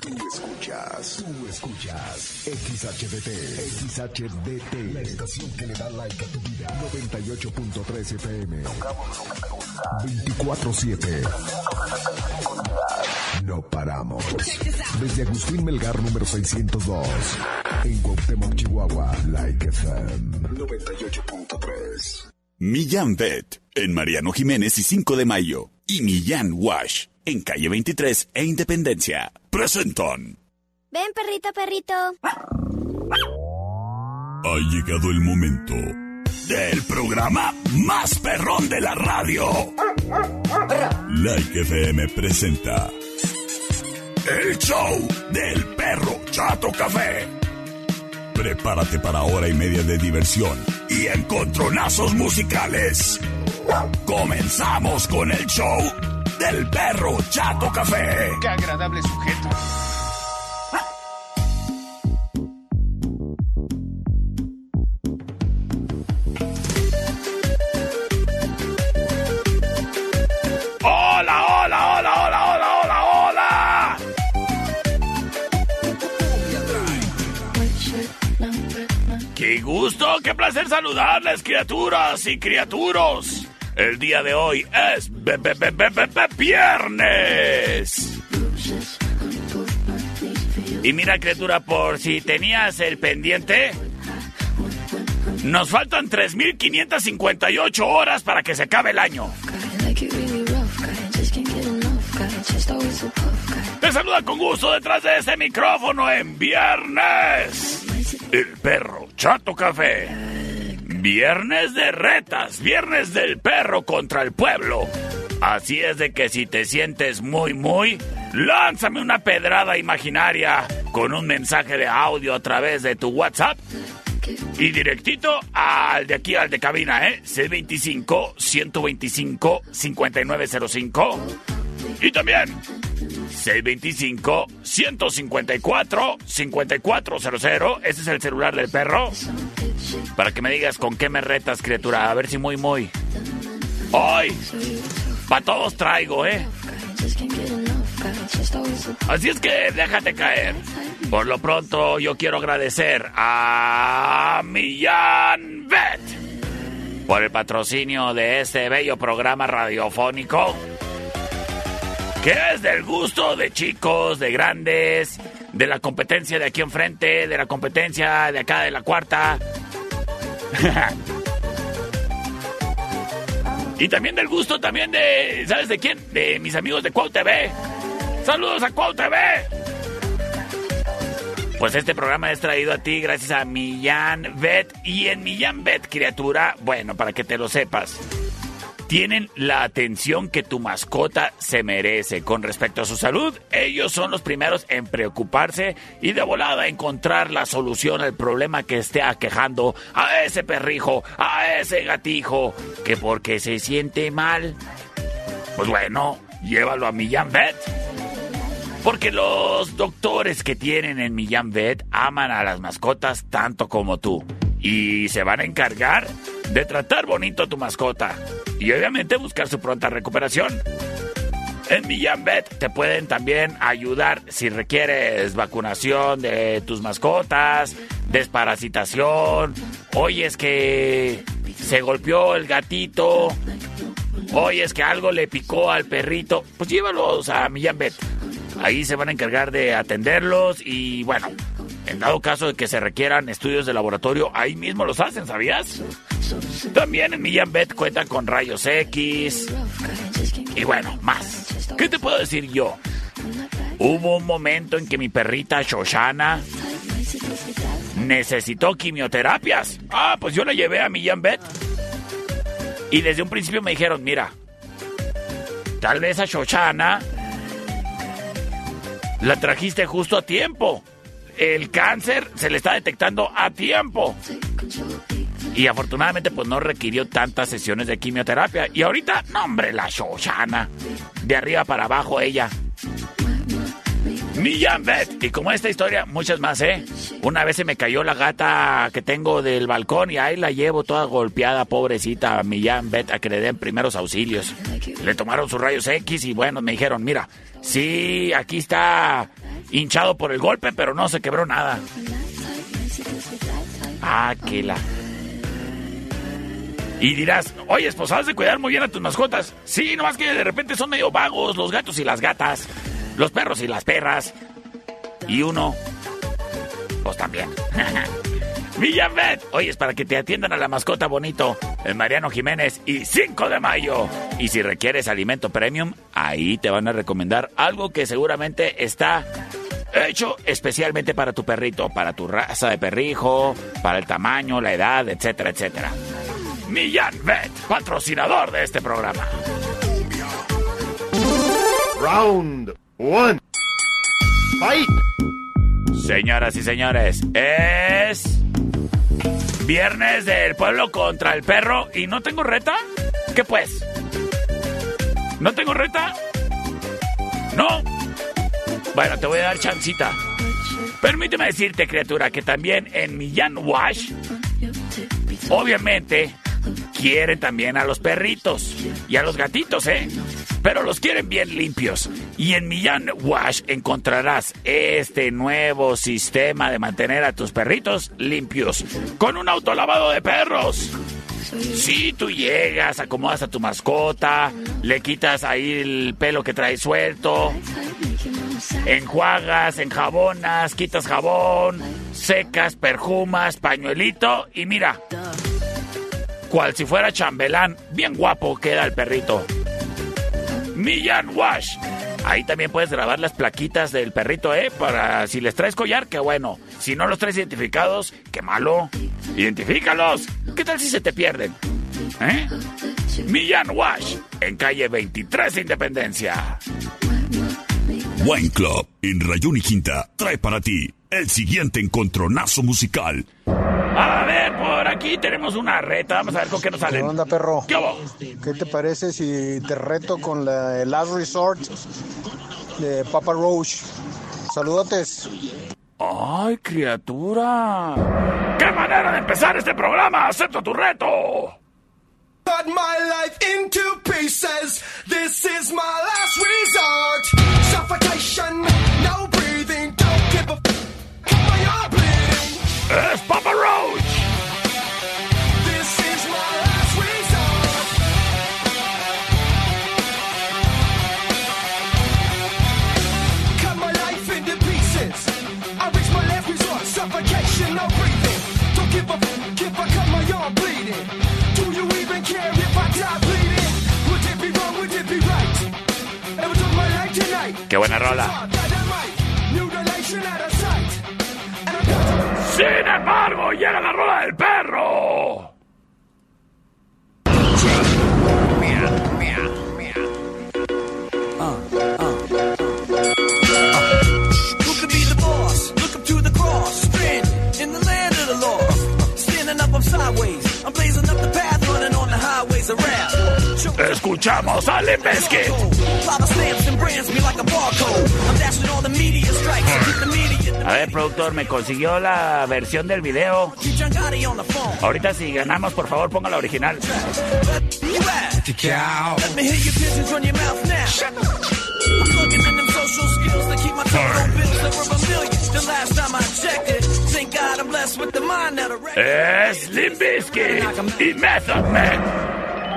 Tú escuchas XHDT, la estación que le da like a tu vida. 98.3 FM. 24/7. No paramos. Desde Agustín Melgar, número 602. En Cuauhtémoc, Chihuahua, Like FM 98.3. Millán Vet, en Mariano Jiménez y 5 de Mayo. Y Millán Wash, en calle 23 e Independencia. Presentan. Ven, perrito, perrito. Ha llegado el momento del programa más perrón de la radio. Like FM presenta el show del perro Chato Café. Prepárate para hora y media de diversión y encontronazos musicales. Comenzamos con el show del perro Chato Café. ¡Qué agradable sujeto! ¡Hola, hola, hola, hola, hola, hola, hola! ¡Qué gusto, qué placer saludarles, criaturas y criaturos! El día de hoy es viernes. Y mira, criatura, por si tenías el pendiente, nos faltan 3,558 horas para que se acabe el año. Te saluda con gusto detrás de este micrófono en viernes el perro Chato Café. Viernes de retas, viernes del perro contra el pueblo. Así es de que si te sientes muy, lánzame una pedrada imaginaria con un mensaje de audio a través de tu WhatsApp y directito al de aquí, al de cabina, C25-125-5905 y también 625-154-5400. Ese es el celular del perro. Para que me digas con qué me retas, criatura. A ver si muy. Hoy, pa' todos traigo, Así es que déjate caer. Por lo pronto, yo quiero agradecer a Millán Vet por el patrocinio de este bello programa radiofónico, que es del gusto de chicos, de grandes, de la competencia de aquí enfrente, de la competencia de acá de la cuarta. Y también del gusto también de, ¿sabes de quién? De mis amigos de Cuau TV. ¡Saludos a Cuau TV! Pues este programa es traído a ti gracias a Millán Vet. Y en Millán Vet, criatura, bueno, para que te lo sepas, tienen la atención que tu mascota se merece. Con respecto a su salud, ellos son los primeros en preocuparse y de volada encontrar la solución al problema que esté aquejando a ese perrijo, a ese gatijo, que porque se siente mal, pues bueno, llévalo a Millán Vet. Porque los doctores que tienen en Millán Vet aman a las mascotas tanto como tú. Y se van a encargar de tratar bonito a tu mascota y obviamente buscar su pronta recuperación. En Millán Vet te pueden también ayudar si requieres vacunación de tus mascotas, desparasitación. Oye, es que se golpeó el gatito. Oye, es que algo le picó al perrito. Pues llévalos a Millán Vet. Ahí se van a encargar de atenderlos y bueno, en dado caso de que se requieran estudios de laboratorio, ahí mismo los hacen, ¿sabías? También en Millán Vet cuentan con rayos X y bueno, más. ¿Qué te puedo decir yo? Hubo un momento en que mi perrita Shoshana necesitó quimioterapias. Pues yo la llevé a Millán Vet y desde un principio me dijeron, mira, tal vez a Shoshana la trajiste justo a tiempo. El cáncer se le está detectando a tiempo. Y afortunadamente pues no requirió tantas sesiones de quimioterapia. Y ahorita, no hombre, la Shoshana, de arriba para abajo ella. Millán Vet. Y como esta historia, muchas más, Una vez se me cayó la gata que tengo del balcón y ahí la llevo toda golpeada, pobrecita, a Millán Vet, a que le den primeros auxilios. Le tomaron sus rayos X y bueno, me dijeron, mira, sí, aquí está hinchado por el golpe, pero no se quebró nada. Ah, qué la... Y dirás, oye, pues has de cuidar muy bien a tus mascotas. Sí, nomás que de repente son medio vagos los gatos y las gatas, los perros y las perras. Y uno, pues también. Millán Vet, oye, es para que te atiendan a la mascota bonito. En Mariano Jiménez y 5 de mayo. Y si requieres alimento premium, ahí te van a recomendar algo que seguramente está hecho especialmente para tu perrito, para tu raza de perrijo, para el tamaño, la edad, etcétera, etcétera. Millán Vet, patrocinador de este programa. Round 1. Fight. Señoras y señores, es viernes del pueblo contra el perro y no tengo reta. ¿Qué pues? ¿No tengo reta? ¿No? Bueno, te voy a dar chancita. Permíteme decirte, criatura, que también en Millán Wash, obviamente, quieren también a los perritos y a los gatitos, pero los quieren bien limpios. Y en Millán Wash encontrarás este nuevo sistema de mantener a tus perritos limpios con un autolavado de perros. Si tú llegas, acomodas a tu mascota, le quitas ahí el pelo que trae suelto, enjuagas, enjabonas, quitas jabón, secas, perfumas, pañuelito y mira, cual si fuera chambelán, bien guapo queda el perrito. Millán Wash. Ahí también puedes grabar las plaquitas del perrito, para si les traes collar, qué bueno. Si no los traes identificados, qué malo. Identifícalos. ¿Qué tal si se te pierden? Millán Wash, en calle 23 Independencia. Wine Club en Rayón y Quinta trae para ti el siguiente encontronazo musical. A ver, por aquí tenemos una reta. Vamos a ver con qué nos salen. ¿Qué onda, perro? ¿Qué hubo? ¿Qué te parece si te reto con el Last Resort de Papa Roach? Saludotes. ¡Ay, criatura! ¡Qué manera de empezar este programa! ¡Acepto tu reto! Cut my life into pieces. This is my last resort. Suffocation, no breathing. Don't give a f*** why you're bleeding. ¡Es Papa Roach! This is my last resort. Cut my life into pieces. I reach my last resort. Suffocation, no breathing. Don't give a f*** if I cut my arm bleeding. Do you even care if I die bleeding? Would it be wrong? Would it be right? Ever took my life tonight? ¡Qué buena rola! Mutilation out of sight. Sin embargo, llega la rola del perro. Who could be the boss? Look up to the cross, stranded in the land of the lost. Standing up, I'm sideways. I'm blazing up the path, running on the highways of rap. Escuchamos a Limp Bizkit. Lava stamps and brands me like a barcode. I'm dashing all the media strikes. Keep the media. A ver, productor, me consiguió la versión del video. Ahorita si ganamos, por favor, ponga la original. Let me hear your pigeons run your mouth now. I'm plugging in them social skills that keep my total bills over $1 million. The last time I checked it, thank God I'm blessed with the mind that'll wreck. Es Limp Bizkit y Method Man.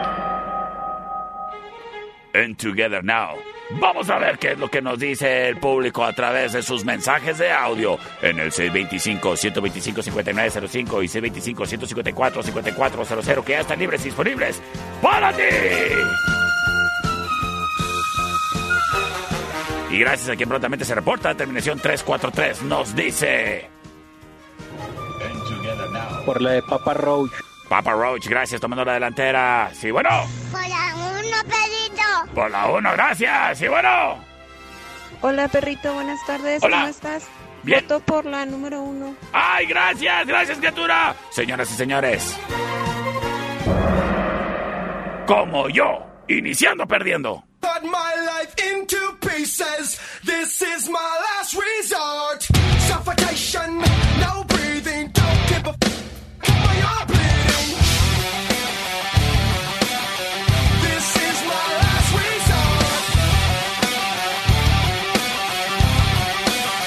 And Together Now. Vamos a ver qué es lo que nos dice el público a través de sus mensajes de audio en el 625-125-5905 y 625-154-5400, que ya están libres y disponibles para ti. Y gracias a quien prontamente se reporta, terminación 343 nos dice... And Together Now. Por la de Papa Roach. Papa Roach, gracias, tomando la delantera. Sí, bueno. Por la 1, perrito. Por la 1, gracias. Sí, bueno. Hola, perrito, buenas tardes. Hola. ¿Cómo estás? Bien. Voto por la número 1. ¡Ay, gracias! ¡Gracias, criatura! Señoras y señores. Como yo, iniciando perdiendo. Cut my life into pieces. This is my last resort. Suffocation, no breathing. Don't give a f*** why you're bleeding. This is my last resort.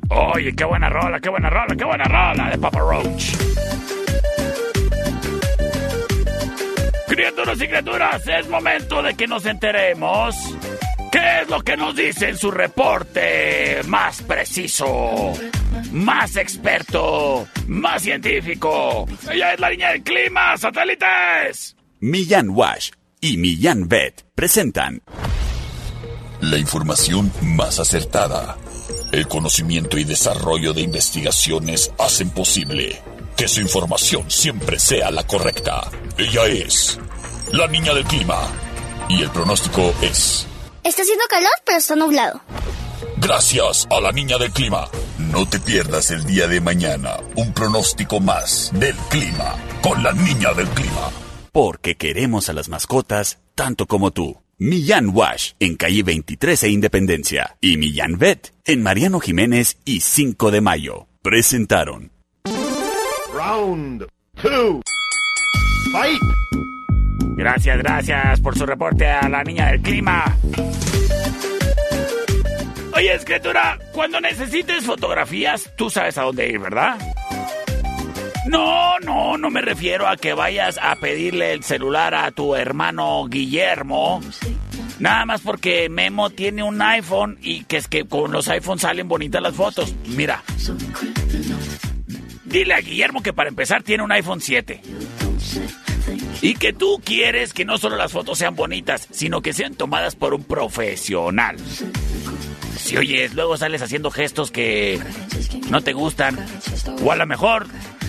Oye, qué buena rola de Papa Roach. Criaturas y criaturas, es momento de que nos enteremos qué es lo que nos dice en su reporte más preciso, más experto, más científico. Ella es la niña del clima, satélites. Millán Wash y Millán Vet presentan la información más acertada. El conocimiento y desarrollo de investigaciones hacen posible que su información siempre sea la correcta. Ella es la niña del clima y el pronóstico es... Está haciendo calor, pero está nublado. Gracias a la niña del clima. No te pierdas el día de mañana un pronóstico más del clima con la niña del clima. Porque queremos a las mascotas tanto como tú. Millán Wash en calle 23 e Independencia y Millán Vet en Mariano Jiménez y 5 de Mayo. Presentaron Round 2. Fight. Gracias por su reporte a la niña del clima. Oye, criatura, cuando necesites fotografías, tú sabes a dónde ir, ¿verdad? No me refiero a que vayas a pedirle el celular a tu hermano Guillermo. Nada más porque Memo tiene un iPhone y que es que con los iPhones salen bonitas las fotos. Mira. Dile a Guillermo que para empezar tiene un iPhone 7. Y que tú quieres que no solo las fotos sean bonitas, sino que sean tomadas por un profesional. Si oyes, luego sales haciendo gestos que no te gustan. O a lo mejor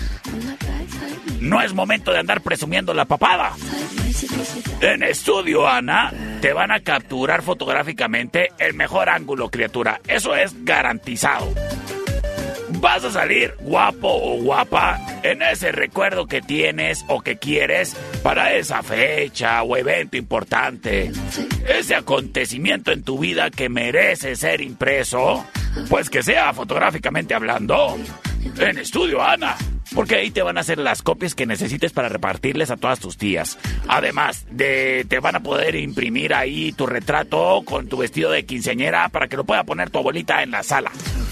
no es momento de andar presumiendo la papada. En Estudio Ana te van a capturar fotográficamente el mejor ángulo, criatura. Eso es garantizado. Vas a salir guapo o guapa en ese recuerdo que tienes o que quieres para esa fecha o evento importante. Ese acontecimiento en tu vida que merece ser impreso, pues que sea fotográficamente hablando, en Estudio Ana. Porque ahí te van a hacer las copias que necesites para repartirles a todas tus tías. Además, te van a poder imprimir ahí tu retrato con tu vestido de quinceañera para que lo pueda poner tu abuelita en la sala.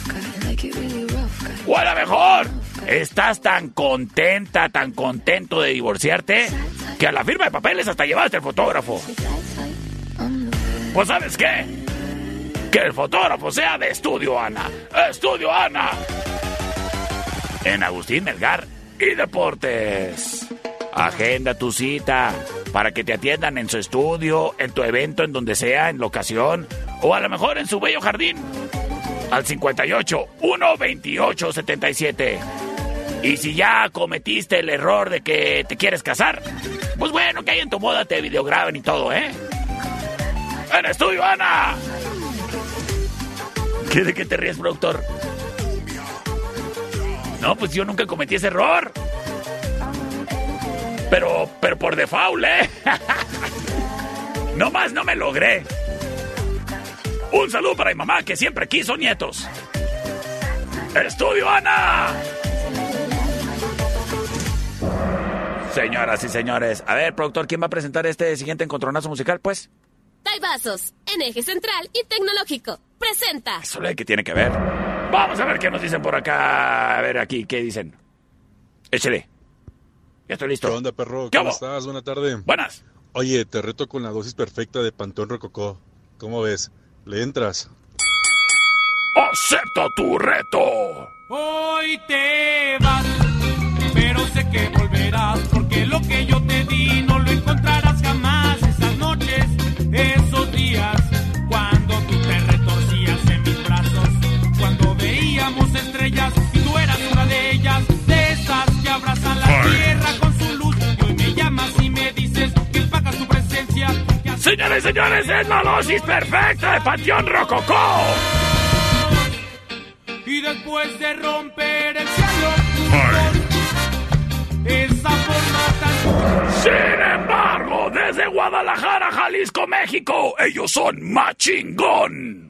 O a lo mejor estás tan contento de divorciarte que a la firma de papeles hasta llevaste el fotógrafo. Pues ¿sabes qué? Que el fotógrafo sea de Estudio Ana. Estudio Ana. En Agustín Melgar y Deportes. Agenda tu cita para que te atiendan en su estudio, en tu evento, en donde sea, en locación, o a lo mejor en su bello jardín. Al 58-128-77. Y si ya cometiste el error de que te quieres casar, pues bueno, que ahí en tu boda te videograben y todo, ¿eh? En Estudio Ana. ¿De qué te ríes, productor? No, pues yo nunca cometí ese error. Pero por default, ¿eh? Nomás no me logré. Un saludo para mi mamá, que siempre quiso nietos. ¡Estudio Ana! Señoras y señores, a ver, productor, ¿quién va a presentar este siguiente encontronazo musical, pues? Taibazos, en Eje Central y Tecnológico, presenta. Eso es que tiene que ver. Vamos a ver qué nos dicen por acá. A ver aquí, ¿qué dicen? Échale. Ya estoy listo. ¿Qué onda, perro? ¿Cómo estás? Buena tarde. Buenas. Oye, te reto con la dosis perfecta de Pantón Rococó. ¿Cómo ves? ¿Le entras? ¡Acepto tu reto! Hoy te vas, pero sé que volverás, porque lo que yo te di no lo encontrarás jamás. Esas noches, esos días, cuando tú te retorcías en mis brazos, cuando veíamos estrellas y tú eras una de ellas, de esas que abrazan la tierra con su luz, y hoy me llamas y me dices que pagas tu presencia. Señores y señores, es la dosis perfecta de Panteón Rococó. Y después de romper el cielo, esa forma tan... Sin embargo, desde Guadalajara, Jalisco, México, ellos son Machingón.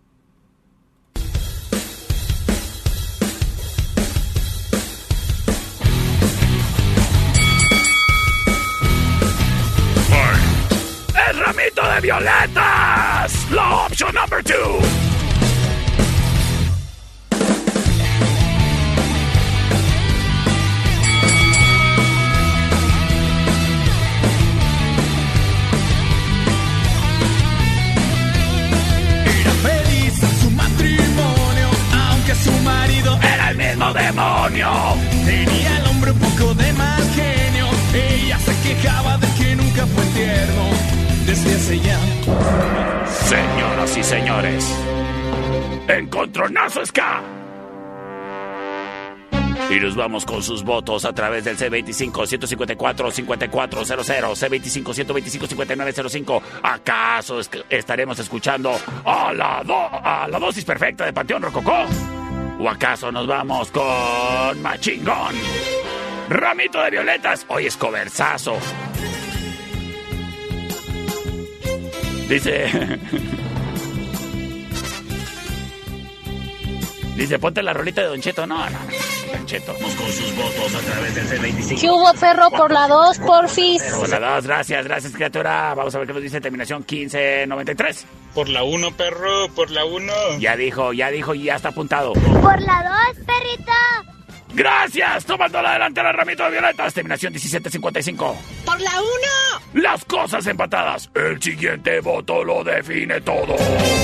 ¡Es Ramito de Violetas! La opción number 2. ya fue tierno desde hace ya. Señoras y señores, Encontronazo Ska. Y nos vamos con sus votos a través del C25-154-5400, C25-125-5905. ¿Acaso estaremos escuchando a la dosis perfecta de Panteón Rococó? ¿O acaso nos vamos con Machingón? Ramito de Violetas, hoy es coversazo. Dice, ponte la rolita de Don Cheto. No, Don Cheto. Vamos con sus votos a través del C25. ¿Qué hubo, perro? Por la 2, porfis. Por la 2, gracias, criatura. Vamos a ver qué nos dice terminación 1593. Por la 1, perro, por la 1. Ya dijo, y ya está apuntado. Por la 2, perrito. Gracias, tomando la delantera Ramito de Violetas, terminación 1755. Por la 1. Las cosas empatadas. El siguiente voto lo define todo.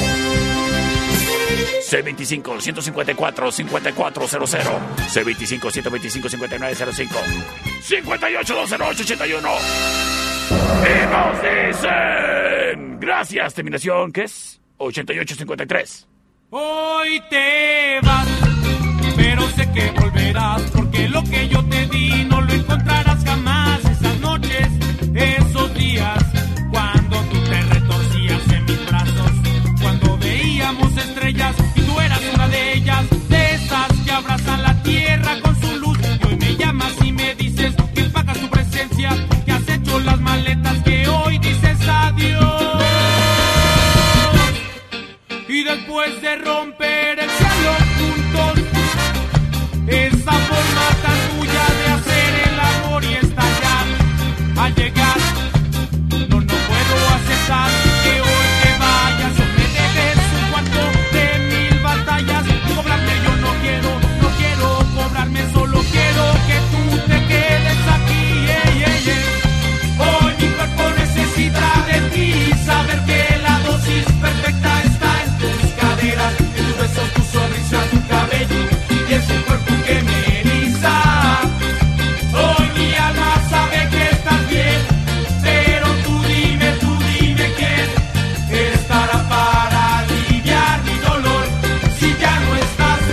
C25-154-5400, C25-125-5905, 58-208-81. Y nos dicen... Gracias, terminación, ¿qué es? 88-53. Hoy te vas, pero sé que volverás, porque lo que yo te di no lo encontrarás jamás. Esas noches, esos días, cuando tú te retorcías en mis brazos, cuando veíamos estrellas y tú eras una de ellas, de esas que abrazan la tierra con su luz. Y hoy me llamas y me dices que pagas tu presencia, que has hecho las maletas, que hoy dices adiós. Y después de romper el cielo juntos, esa forma tan tuya de hacer el amor y estallar al llegar, no puedo aceptar que hoy te vayas. O me debes un cuarto de 1000 batallas. Cobrarme yo no quiero cobrarme, solo quiero que tú te quedes aquí. Hoy mi cuerpo necesita de ti, saber que la dosis perfecta está en tus caderas, en tus besos, tu sonrisa, tu cabello y ese cuerpo que me eriza. Hoy mi alma sabe que estás bien, pero tú dime quién estará para aliviar mi dolor si ya no estás tú.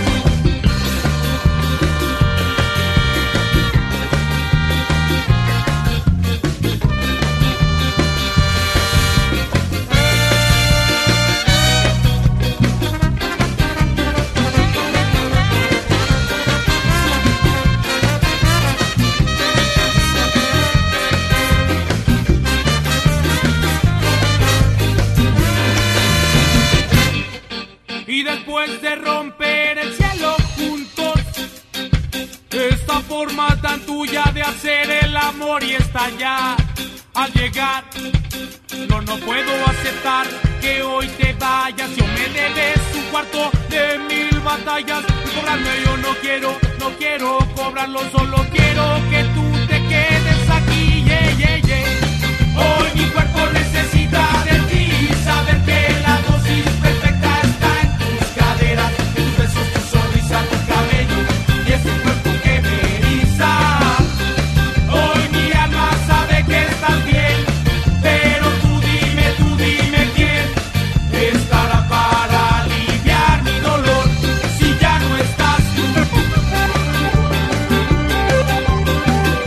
Y después de romper el cielo juntos, esta forma tan tuya de hacer el amor y estallar al llegar, no puedo aceptar que hoy te vayas. Yo me debes un cuarto de 1000 batallas. Y cobrarme yo no quiero cobrarlo, solo quiero que tú te quedes aquí. Hoy mi cuerpo necesita de ti, saber que la dosis perfecta está en tus caderas, en tus besos, tu sonrisa, tu cabello y ese cuerpo que me eriza. Hoy mi alma sabe que estás bien, pero tú dime quién estará para aliviar mi dolor si ya no estás tú.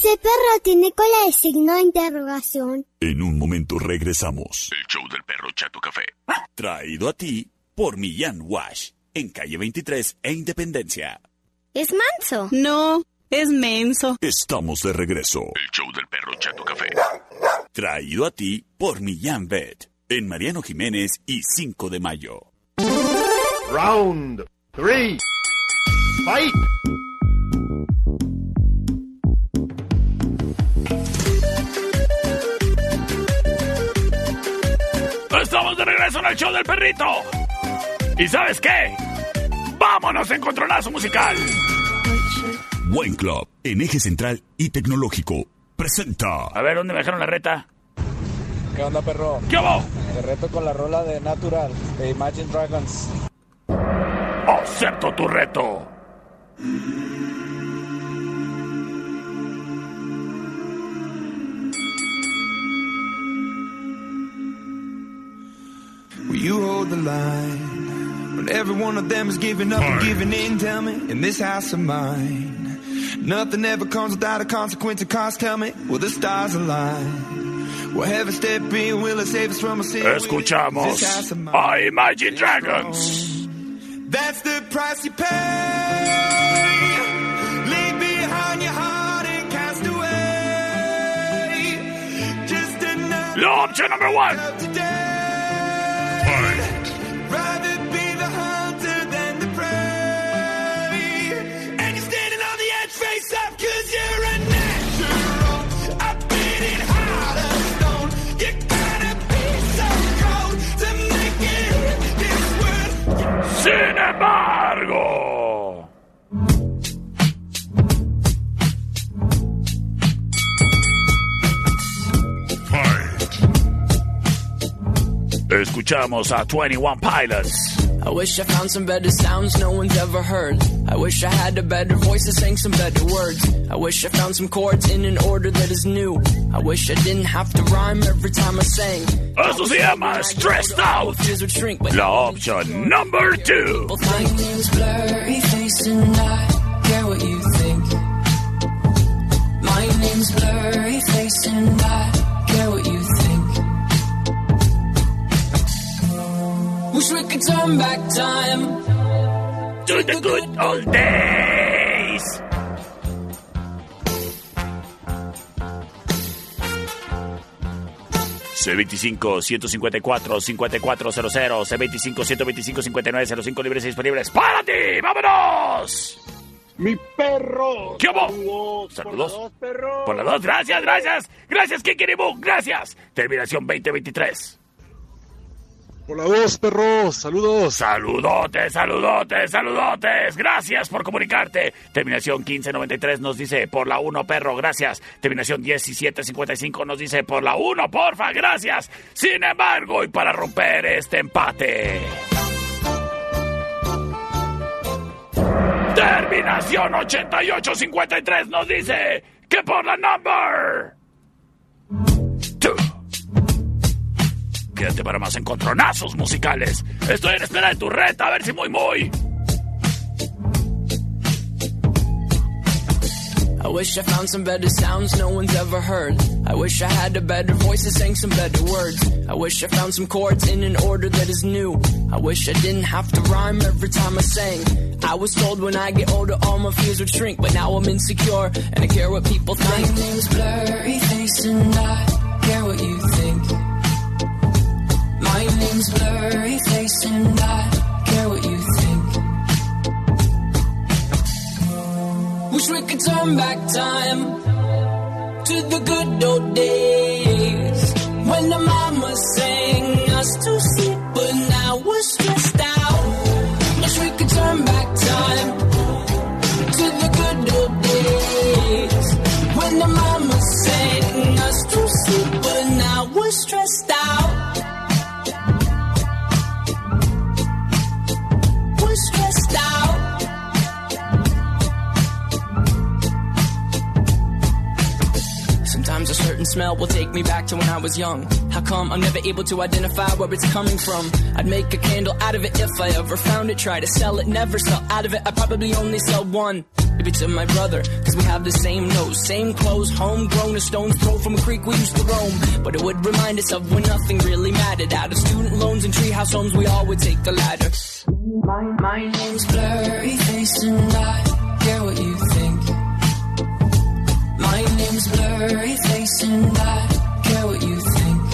Ese perro tiene cola de signo de interrogación. En un momento regresamos. El show del perro Chato Café. Traído a ti por Millán Wash. En calle 23 e Independencia. ¿Es manso? No, es menso. Estamos de regreso. El show del perro Chato Café. Traído a ti por Millán Vet. En Mariano Jiménez y 5 de Mayo. Round 3. Fight. Estamos de regreso en el show del perrito. ¿Y sabes qué? ¡Vámonos a encontronazo musical! Wine Club, en Eje Central y Tecnológico, presenta... A ver, ¿dónde me dejaron la reta? ¿Qué onda, perro? ¿Qué hubo? Te reto con la rola de Natural, de Imagine Dragons. ¡Acepto tu reto! Will you hold the line when every one of them is giving up and giving in? Tell me, in this house of mine, nothing ever comes without a consequence of cost. Tell me, will the stars align? Will heaven step in? Will it save us from a sin? Escuchamos a Imagine Dragons. That's the price you pay. Leave behind your heart and cast away. Just another option number one. Rather be the hunter than the prey. And you're standing on the edge, face up, 'cause you're a natural. A beating heart of stone. You gotta be so cold to make it this world. Sin embargo, escuchamos a 21 Pilots. I wish I found some better sounds no one's ever heard. I wish I had a better voice that sang some better words. I wish I found some chords in an order that is new. I wish I didn't have to rhyme every time I sang. Eso se llama Stressed Out. La option number 2. My name's Blurry Face and I care what you think. My name's Blurry Face and I care what you think. Wish we could turn back time to the good old days. C25-154-5400, C25-125-5905 libres y disponibles para ti. ¡Vámonos! ¡Mi perro! ¿Qué hubo? Saludos. Por la 2, perro. Por la 2, gracias, gracias. Gracias, Kikiribu, gracias. Terminación 2023. Por la 2, perro, saludos. Saludotes, saludotes, saludotes. Gracias por comunicarte. Terminación 1593 nos dice por la 1, perro, gracias. Terminación 1755 nos dice por la 1, porfa, gracias. Sin embargo, y para romper este empate, terminación 8853 nos dice que por la number 2. Quédate para más encontronazos musicales. Estoy en espera de tu reta, a ver si muy. I wish I found some better sounds no one's ever heard. I wish I had a better voice that sang some better words. I wish I found some chords in an order that is new. I wish I didn't have to rhyme every time I sang. I was told when I get older all my fears would shrink, but now I'm insecure and I care what people think. My name's Blurry Face and I care what you think. My name's Blurry Face and I care what you think. Wish we could turn back time to the good old days when the mama sang us to sleep, but now we're stressed out. Wish we could turn back time to the good old days when the mama sang us to sleep, but now we're stressed out. We're stressed out. Sometimes a certain smell will take me back to when I was young. How come I'm never able to identify where it's coming from? I'd make a candle out of it if I ever found it. Try to sell it, never sell out of it. I'd probably only sell one. Maybe to my brother, cause we have the same nose, same clothes, homegrown, a stone's throw from a creek we used to roam. But it would remind us of when nothing really mattered. Out of student loans and treehouse homes, we all would take the ladder. My name's Blurry Face and I care what you think. My name's Blurry Face and I care what you think.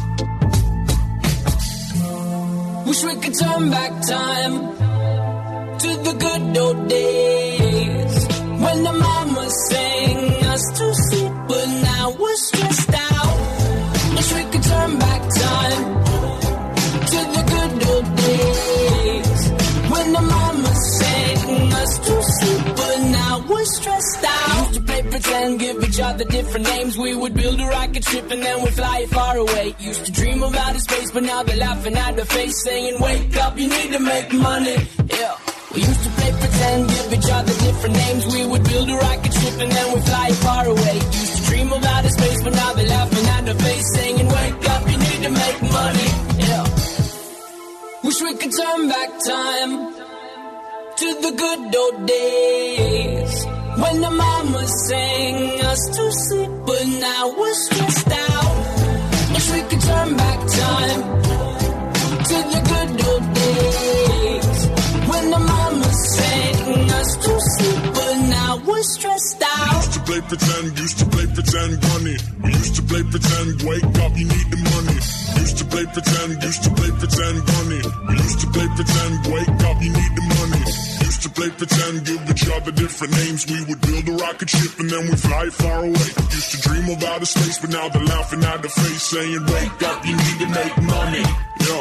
Wish we could turn back time to the good old days when the mama sang us to sleep, but now we're stressed out. Wish we could turn back time to the good old days when the mama sang us to sleep, but now we're stressed out. We used to play pretend, give each other different names. We would build a rocket ship and then we'd fly it far away. Used to dream of outer space, but now they're laughing at the face, saying, wake up, you need to make money. Yeah. We used to play pretend, give each other different names. We would build a rocket ship and then we'd fly far away. Used to dream of outer space, but now they're laughing at the face, saying, wake up, you need to make money. Yeah. Wish we could turn back time to the good old days when the mama sang us to sleep, but now we're stressed out. Wish we could turn back time to the good old days when the mama sang us to sleep, but now we're stressed out. Used to play pretend, bunny. We used to play pretend, wake up, you need the money. Used to play pretend, bunny. We used to play pretend, wake up, you need the money. Used to play pretend, give each other different names. We would build a rocket ship and then we'd fly far away. Used to dream of outer space, but now they're laughing at the face, saying, wake up, you need to make money. Yeah.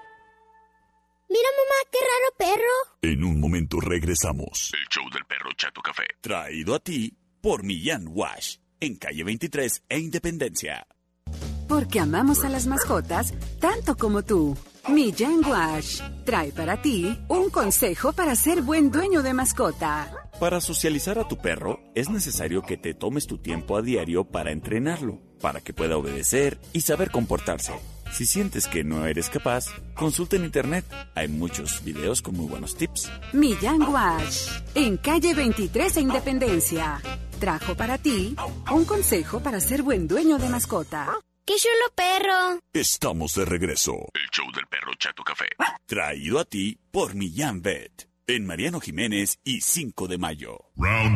Mira, mamá, qué raro perro. En un momento regresamos. El show del perro Chato Café. Traído a ti por Millán Wash, en calle 23 e Independencia. Porque amamos a las mascotas tanto como tú. Millán Wash trae para ti un consejo para ser buen dueño de mascota. Para socializar a tu perro, es necesario que te tomes tu tiempo a diario para entrenarlo, para que pueda obedecer y saber comportarse. Si sientes que no eres capaz, consulta en internet. Hay muchos videos con muy buenos tips. Millán Wash, en calle 23 e Independencia, trajo para ti un consejo para ser buen dueño de mascota. ¡Qué chulo perro! Estamos de regreso. El show del perro Chato Café. Traído a ti por Millán Vet, en Mariano Jiménez y 5 de Mayo. Round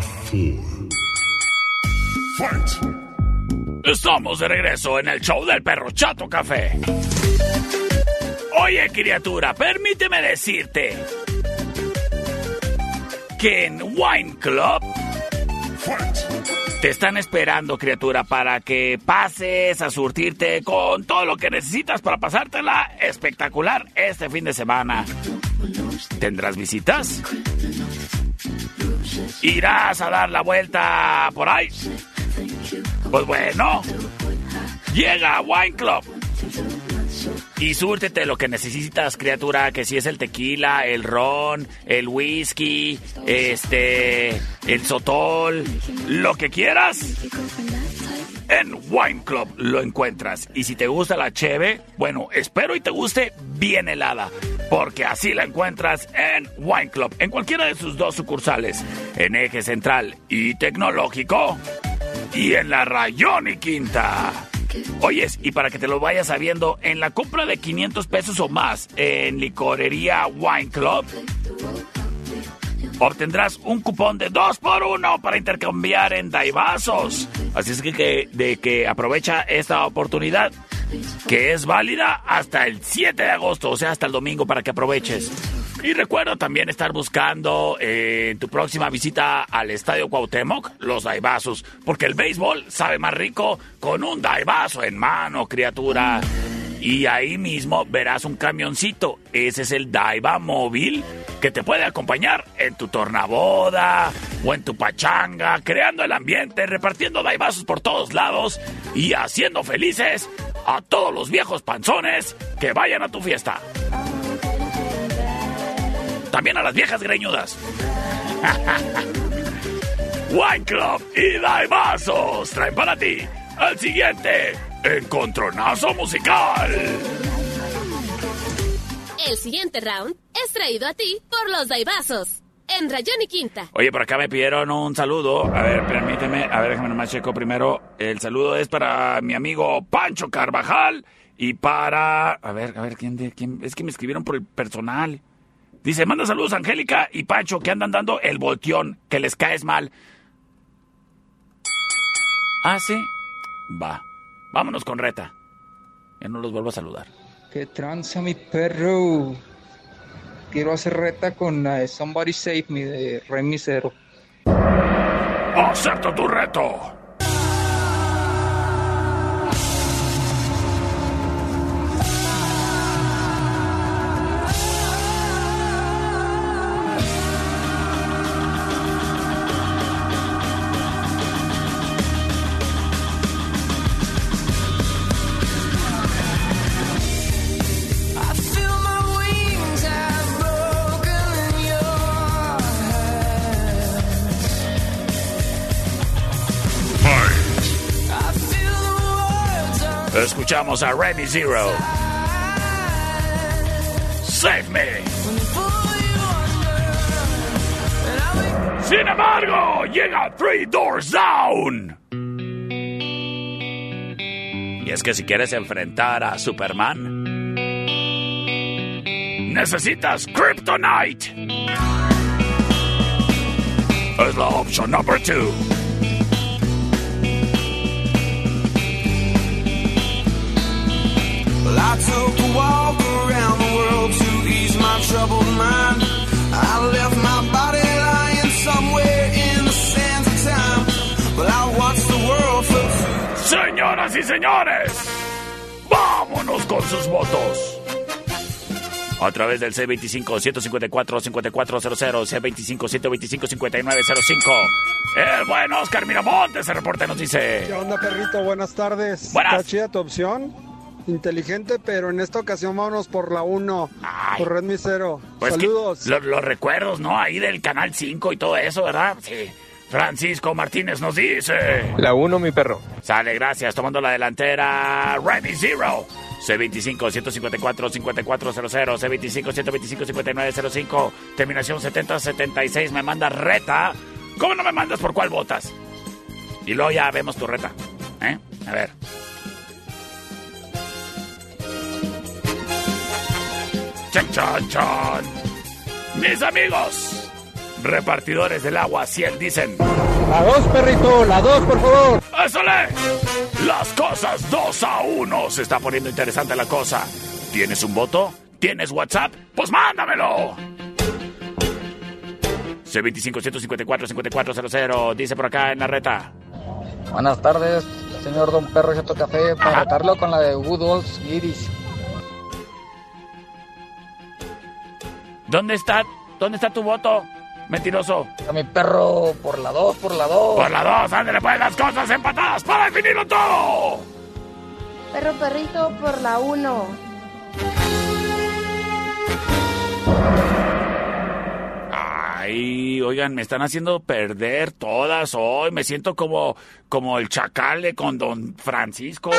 4. Fight! Estamos de regreso en el show del perro Chato Café. Oye, criatura, permíteme decirte que en Wine Club te están esperando, criatura, para que pases a surtirte con todo lo que necesitas para pasártela espectacular este fin de semana. ¿Tendrás visitas? ¿Irás a dar la vuelta por ahí? Pues bueno, llega a Wine Club y súrtete lo que necesitas, criatura, que si es el tequila, el ron, el whisky, el sotol, lo que quieras. En Wine Club lo encuentras. Y si te gusta la cheve, bueno, espero y te guste bien helada, porque así la encuentras en Wine Club, en cualquiera de sus dos sucursales, en Eje Central y Tecnológico, y en la Rayón y Quinta. Oyes, y para que te lo vayas sabiendo, en la compra de 500 pesos o más en Licorería Wine Club, obtendrás un cupón de 2x1 para intercambiar en Daibazos. Así es que aprovecha esta oportunidad, que es válida hasta el 7 de agosto, o sea, hasta el domingo, para que aproveches. Y recuerda también estar buscando en tu próxima visita al Estadio Cuauhtémoc los Daibazos, porque el béisbol sabe más rico con un Daibazo en mano, criatura. Y ahí mismo verás un camioncito, ese es el Daiva móvil, que te puede acompañar en tu tornaboda o en tu pachanga, creando el ambiente, repartiendo Daibazos por todos lados y haciendo felices a todos los viejos panzones que vayan a tu fiesta. También a las viejas greñudas. Wine Club y Daibazos traen para ti al siguiente encontronazo musical. El siguiente round es traído a ti por los Daibazos, en Rayón y Quinta. Oye, por acá me pidieron un saludo. A ver, permíteme. A ver, déjame nomás checo primero. El saludo es para mi amigo Pancho Carvajal y para... A ver, ¿quién? Es que me escribieron por el personal. Dice, manda saludos a Angélica y Pancho que andan dando el volteón, que les caes mal. Ah, ¿sí? Va. Vámonos con Reta. Ya no los vuelvo a saludar. ¡Qué tranza, mi perro! Quiero hacer Reta con Somebody Save Me de Rey Misero. ¡Acepto tu reto! Escuchamos a Remy Zero. Save me. Sin embargo, llega Three Doors Down. Y es que si quieres enfrentar a Superman, necesitas Kryptonite. Es la opción number 2. I took a walk around the world to ease my troubled mind. I left my body lying somewhere in the sands of time. But I watched the world float. Señoras y señores, vámonos con sus votos. A través del C25-154-5400, C25-125-5905. El buen Oscar Miramontes, ese reporte nos dice... ¿Qué onda, perrito? Buenas tardes. Buenas. Está chida tu opción. Inteligente, pero en esta ocasión vámonos por la 1. Por Red Misero. Pues saludos. Los recuerdos, ¿no? Ahí del Canal 5 y todo eso, ¿verdad? Sí. Francisco Martínez nos dice... La 1, mi perro. Sale, gracias. Tomando la delantera, Remy Zero. C25-154-5400, C25-125-5905, terminación 7076. Me manda Reta. ¿Cómo no me mandas por cuál votas? Y luego ya vemos tu Reta. A ver. Chan, chan, chan. Mis amigos, repartidores del agua Ciel dicen... La 2, perrito, la 2, por favor. ¡Ésale! Las cosas 2-1. Se está poniendo interesante la cosa. ¿Tienes un voto? ¿Tienes WhatsApp? ¡Pues mándamelo! C25-154-5400, dice por acá en la Reta. Buenas tardes, señor Don Perro Chato Café, para retarlo con la de Woodolph Iris. ¿Dónde está tu voto, mentiroso? A mi perro, por la 2, por la 2. Por la 2, ándale pues, las cosas empatadas para definirlo todo. Perro perrito por la 1. Ay, oigan, me están haciendo perder todas hoy. Me siento como el chacal con Don Francisco.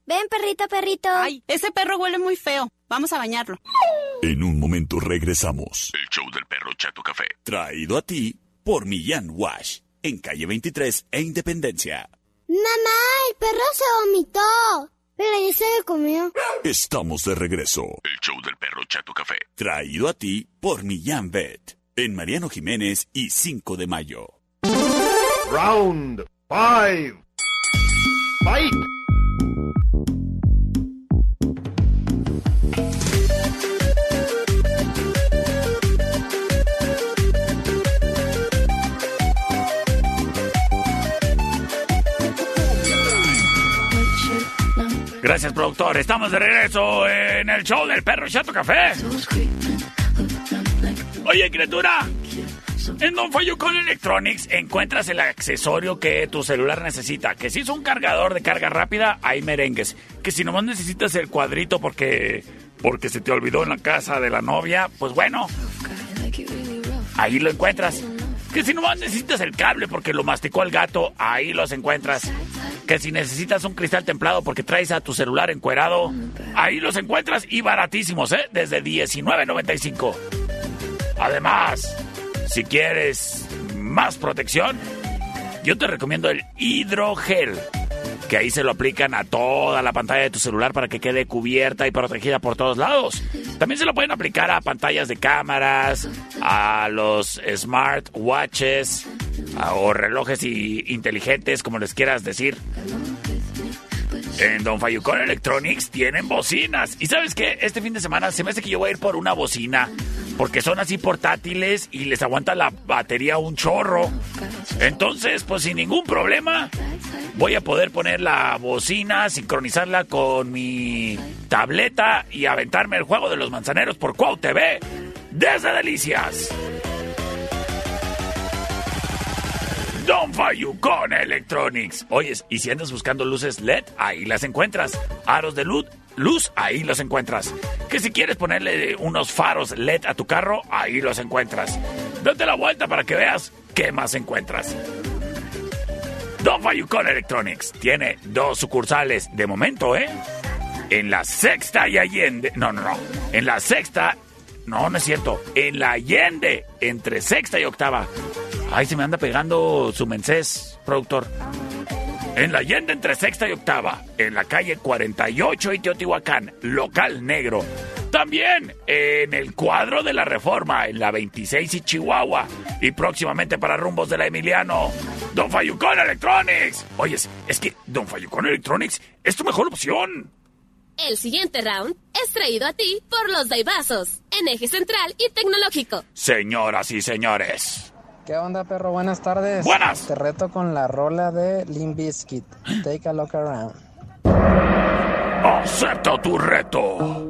Ven, perrito, perrito. Ay, ese perro huele muy feo. Vamos a bañarlo. En un momento regresamos. El show del perro Chato Café. Traído a ti por Millán Wash, en calle 23 e Independencia. Mamá, el perro se vomitó. Pero ya se lo comió. Estamos de regreso. El show del perro Chato Café. Traído a ti por Millán Vet, en Mariano Jiménez y 5 de Mayo. Round 5. Fight. Gracias, productor. Estamos de regreso en el show del perro Chato Café. Oye, criatura, en Don Fayucón Electronics encuentras el accesorio que tu celular necesita. Que si es un cargador de carga rápida, hay merengues. Que si nomás necesitas el cuadrito porque se te olvidó en la casa de la novia, pues bueno, ahí lo encuentras. Que si nomás necesitas el cable porque lo masticó el gato, ahí los encuentras. Que si necesitas un cristal templado porque traes a tu celular encuerado, ahí los encuentras y baratísimos, desde $19.95. Además, si quieres más protección, yo te recomiendo el hidrogel, que ahí se lo aplican a toda la pantalla de tu celular para que quede cubierta y protegida por todos lados. También se lo pueden aplicar a pantallas de cámaras, a los smartwatches, o relojes inteligentes, como les quieras decir. En Don Fayucón Electronics tienen bocinas. ¿Y sabes qué? Este fin de semana se me hace que yo voy a ir por una bocina, porque son así portátiles y les aguanta la batería un chorro. Entonces, pues sin ningún problema, voy a poder poner la bocina, sincronizarla con mi tableta y aventarme el juego de los manzaneros por Cuau TV desde Delicias. Don Fayucón Electronics. Oyes, y si andas buscando luces LED, ahí las encuentras. Aros de luz, ahí los encuentras. Que si quieres ponerle unos faros LED a tu carro, ahí los encuentras. Date la vuelta para que veas qué más encuentras. Don Fayucón Electronics tiene 2 sucursales de momento, en la Sexta y Allende. No. En la Sexta. No es cierto. En la Allende, entre Sexta y Octava. Ay, se me anda pegando su mensés, productor. En la Allende entre Sexta y Octava, en la calle 48 y Teotihuacán, local negro. También en el Cuadro de la Reforma, en la 26 y Chihuahua. Y próximamente para rumbos de la Emiliano, Don Fayucón Electronics. Oyes, es que Don Fayucón Electronics es tu mejor opción. El siguiente round es traído a ti por los Daibazos, en Eje Central y Tecnológico. Señoras y señores. ¿Qué onda, perro? Buenas tardes. Buenas. Te reto con la rola de Limp Bizkit. Take a look around. ¡Acepto tu reto!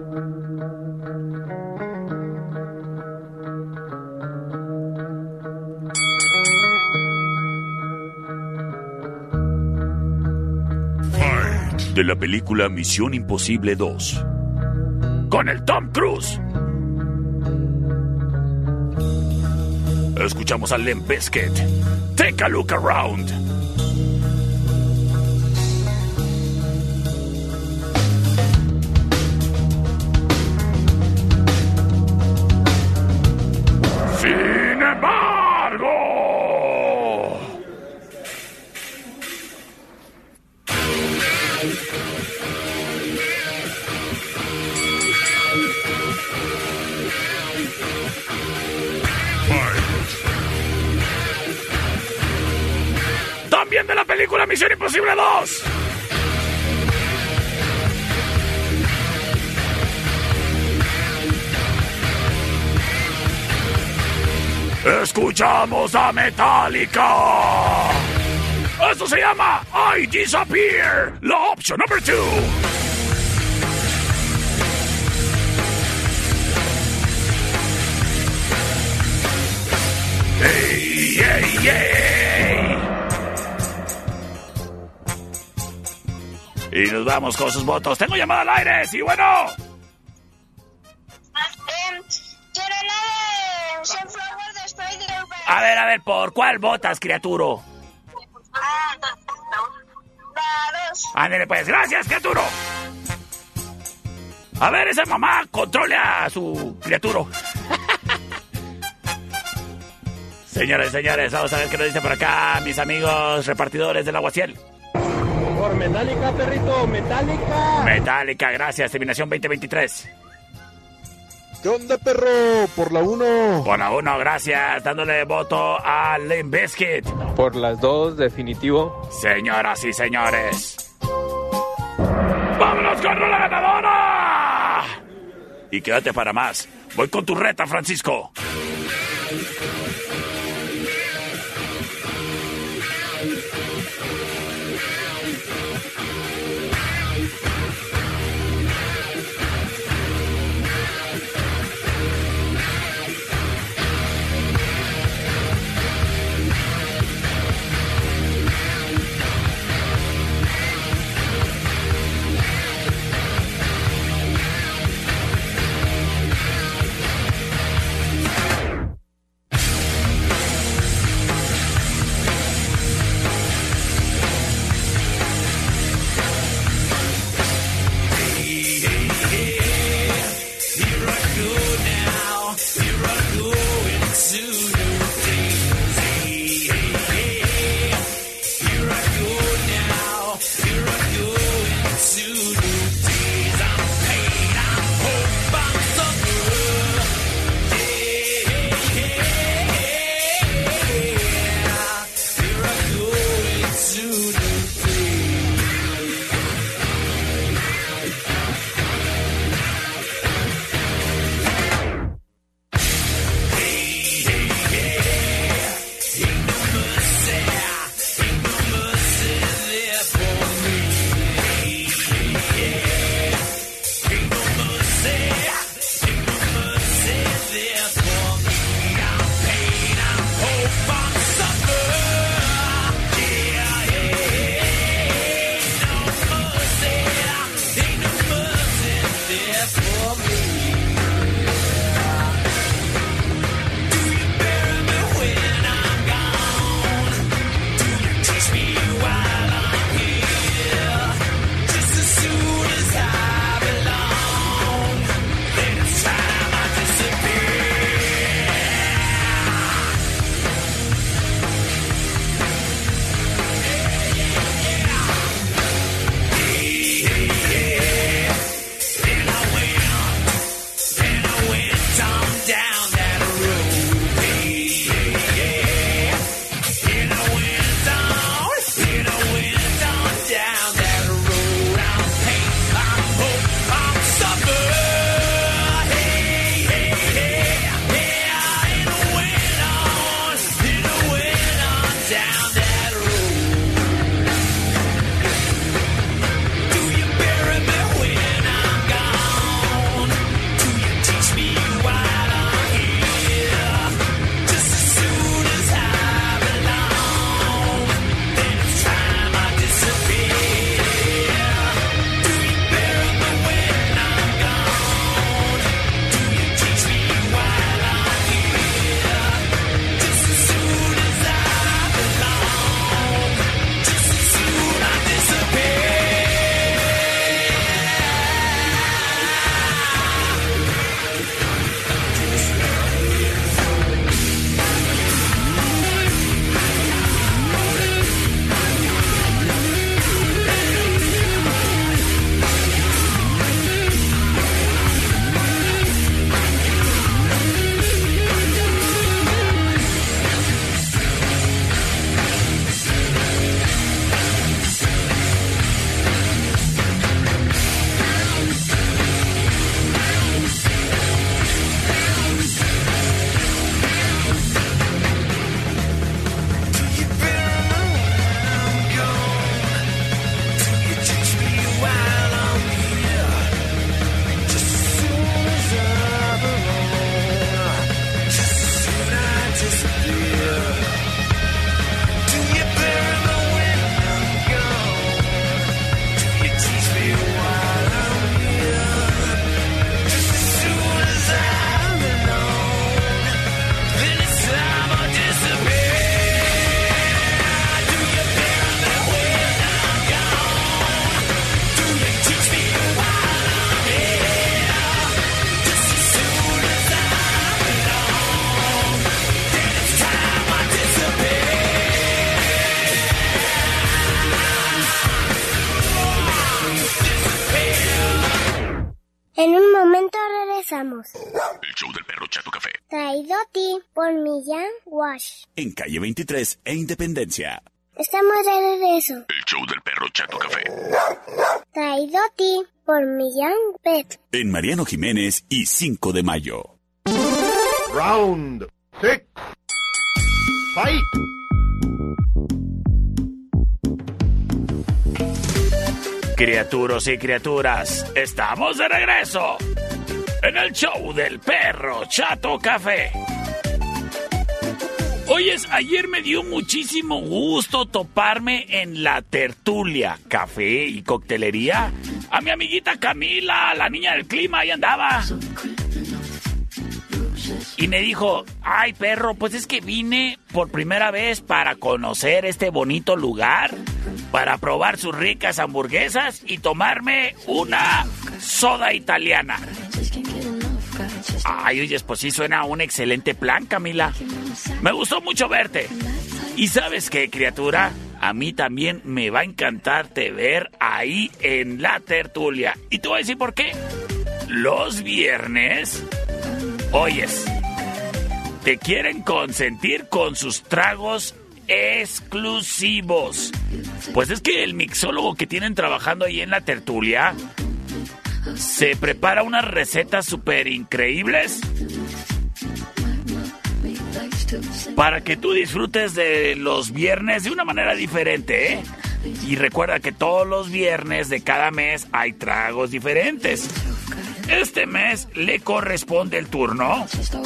De la película Misión Imposible 2. Con el Tom Cruise. Escuchamos a Limp Bizkit. Take a look around. Sin embargo, también de la película Misión Imposible 2. Escuchamos a Metallica. Esto se llama I Disappear, la opción número 2. ¡Ey, ey, ey! Y nos vamos con sus votos. Tengo llamada al aire, sí, bueno. Quiero la de Sunflower de Spider-Man. A ver, ¿por cuál votas, criatura? La 2. Ándale pues, gracias, criatura. A ver, esa mamá controle a su criatura. Señores y señores, vamos a ver qué nos dice por acá mis amigos repartidores del aguaciel. Por Metallica, perrito, Metallica. Metallica, gracias, terminación 2023. ¿Qué onda, perro? Por la 1. Por la 1, gracias, dándole voto a Limp Bizkit. Por las 2, definitivo. Señoras y señores, ¡vámonos con la ganadora! Y quédate para más. Voy con tu reta, Francisco. estamos. El show del perro Chato Café. Traído a ti por Millán Wash. En calle 23 e Independencia. Estamos de regreso. El show del perro Chato Café. Traído a ti por Millán Pet. En Mariano Jiménez y 5 de Mayo. Round 6. Fight. Criaturas y criaturas, estamos de regreso en el show del perro Chato Café. Oyes, ayer me dio muchísimo gusto toparme en la tertulia, café y coctelería. A mi amiguita Camila, la niña del clima, ahí andaba. Y me dijo, ay perro, pues es que vine por primera vez para conocer este bonito lugar, para probar sus ricas hamburguesas y tomarme una soda italiana. Ay, oyes, pues sí suena un excelente plan, Camila. Me gustó mucho verte. ¿Y sabes qué, criatura? A mí también me va a encantarte ver ahí en la tertulia. Y te voy a decir por qué. Los viernes, oyes, te quieren consentir con sus tragos exclusivos. Pues es que el mixólogo que tienen trabajando ahí en la tertulia se prepara unas recetas súper increíbles para que tú disfrutes de los viernes de una manera diferente, ¿eh? Y recuerda que todos los viernes de cada mes hay tragos diferentes. Este mes le corresponde el turno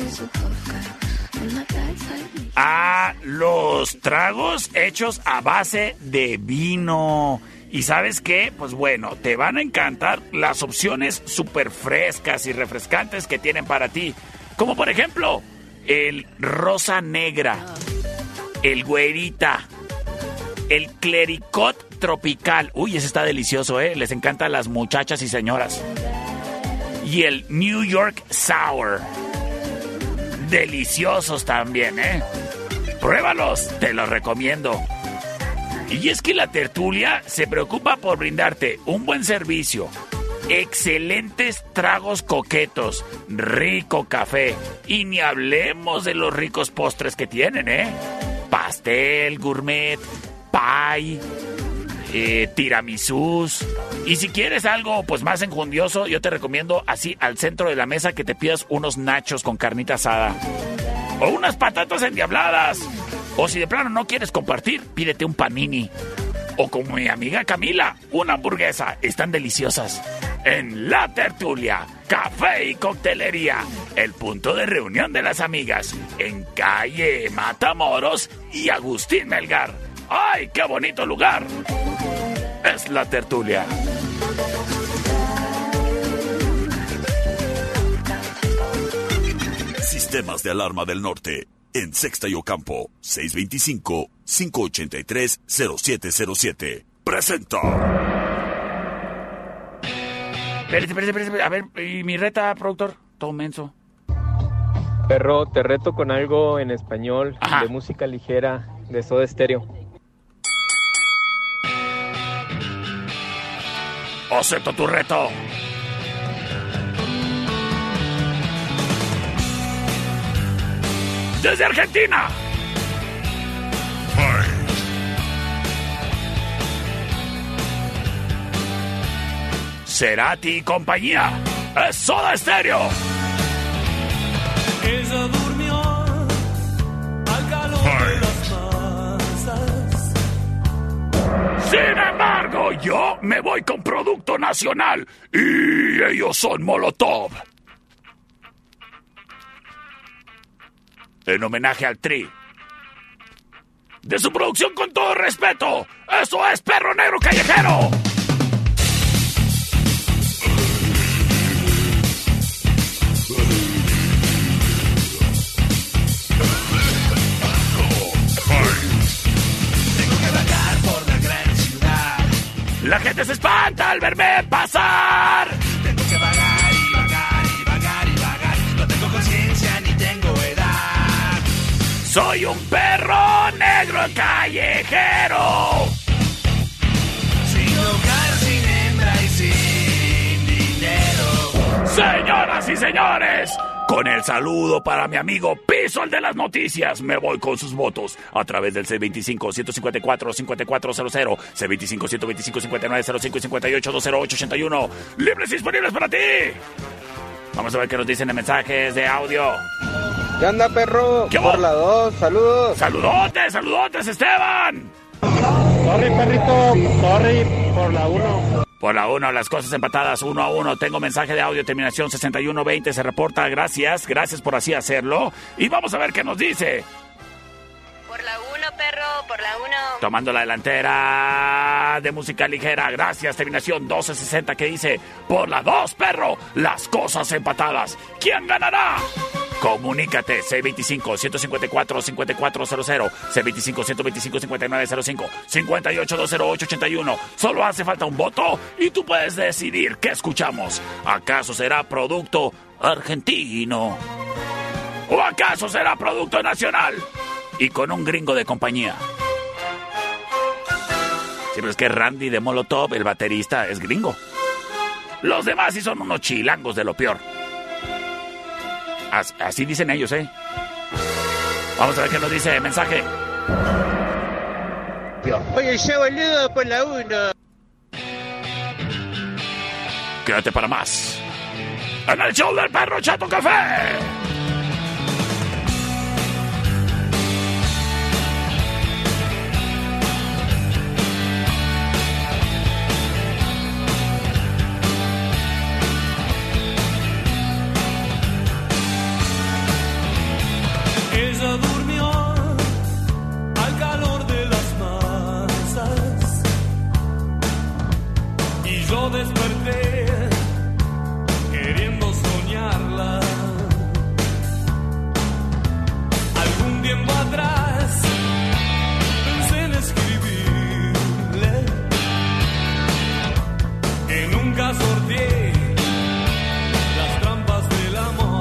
a los tragos hechos a base de vino. ¿Y sabes qué? Pues bueno, te van a encantar las opciones súper frescas y refrescantes que tienen para ti. Como por ejemplo, el rosa negra, el güerita, el clericot tropical. Uy, ese está delicioso, ¿eh? Les encanta a las muchachas y señoras. Y el New York Sour. Deliciosos también, ¿eh? Pruébalos, te los recomiendo. Y es que la tertulia se preocupa por brindarte un buen servicio, excelentes tragos coquetos, rico café y ni hablemos de los ricos postres que tienen, ¿eh? Pastel, gourmet, pie, tiramisús. Y si quieres algo pues más enjundioso, yo te recomiendo así al centro de la mesa que te pidas unos nachos con carnita asada o unas patatas endiabladas. O si de plano no quieres compartir, pídete un panini. O como mi amiga Camila, una hamburguesa. Están deliciosas. En la tertulia, café y coctelería, el punto de reunión de las amigas, en calle Matamoros y Agustín Melgar. ¡Ay, qué bonito lugar! Es la tertulia. Sistemas de Alarma del Norte. En Sexta y Ocampo, 625-583-0707. Presenta. Espérate. A ver, ¿y mi reta, productor? Todo menso. Perro, te reto con algo en español. Ajá. De música ligera, de Soda Stereo. Acepto tu reto. Desde Argentina. Cerati y compañía. Es Soda Stereo. Ella durmió al calor de las masas. Sin embargo, yo me voy con producto nacional y ellos son Molotov. En homenaje al Tri. De su producción con todo respeto. ¡Eso es Perro Negro Callejero! Tengo que vagar por la gran ciudad. La gente se espanta al verme pasar. Tengo que vagar y vagar y vagar y vagar. No tengo conciencia ni tengo edad. Soy un perro negro callejero. Sin hogar, sin hembra y sin dinero. Señoras y señores, con el saludo para mi amigo Piso, el de las noticias, me voy con sus votos a través del C25-154-5400, C25-125-5905 y 58-208-81, libres y disponibles para ti. Vamos a ver qué nos dicen en mensajes de audio. ¿Qué onda, perro? ¿Qué por la 2, saludos. Saludotes, Esteban. Sorry, perrito, sorry, por la 1. Por la 1, las cosas empatadas 1-1. Tengo mensaje de audio, terminación 6120. Se reporta, gracias por así hacerlo. Y vamos a ver qué nos dice. Por la 1, perro, por la 1. Tomando la delantera de música ligera, gracias, terminación 1260, que dice: por la 2, perro, las cosas empatadas. ¿Quién ganará? Comunícate, C25-154-5400, C25-125-5905, 58-208-81. Solo hace falta un voto y tú puedes decidir qué escuchamos. ¿Acaso será producto argentino? ¿O acaso será producto nacional? Y con un gringo de compañía. Siempre es que Randy de Molotov, el baterista, es gringo. Los demás sí son unos chilangos de lo peor. Así dicen ellos, ¿eh? Vamos a ver qué nos dice el mensaje. Oye, ese boludo, por la 1. Quédate para más en el show del Perro Chato Café. Ella durmió al calor de las masas y yo desperté queriendo soñarla. Algún tiempo atrás pensé en escribirle que nunca sorteé las trampas del amor.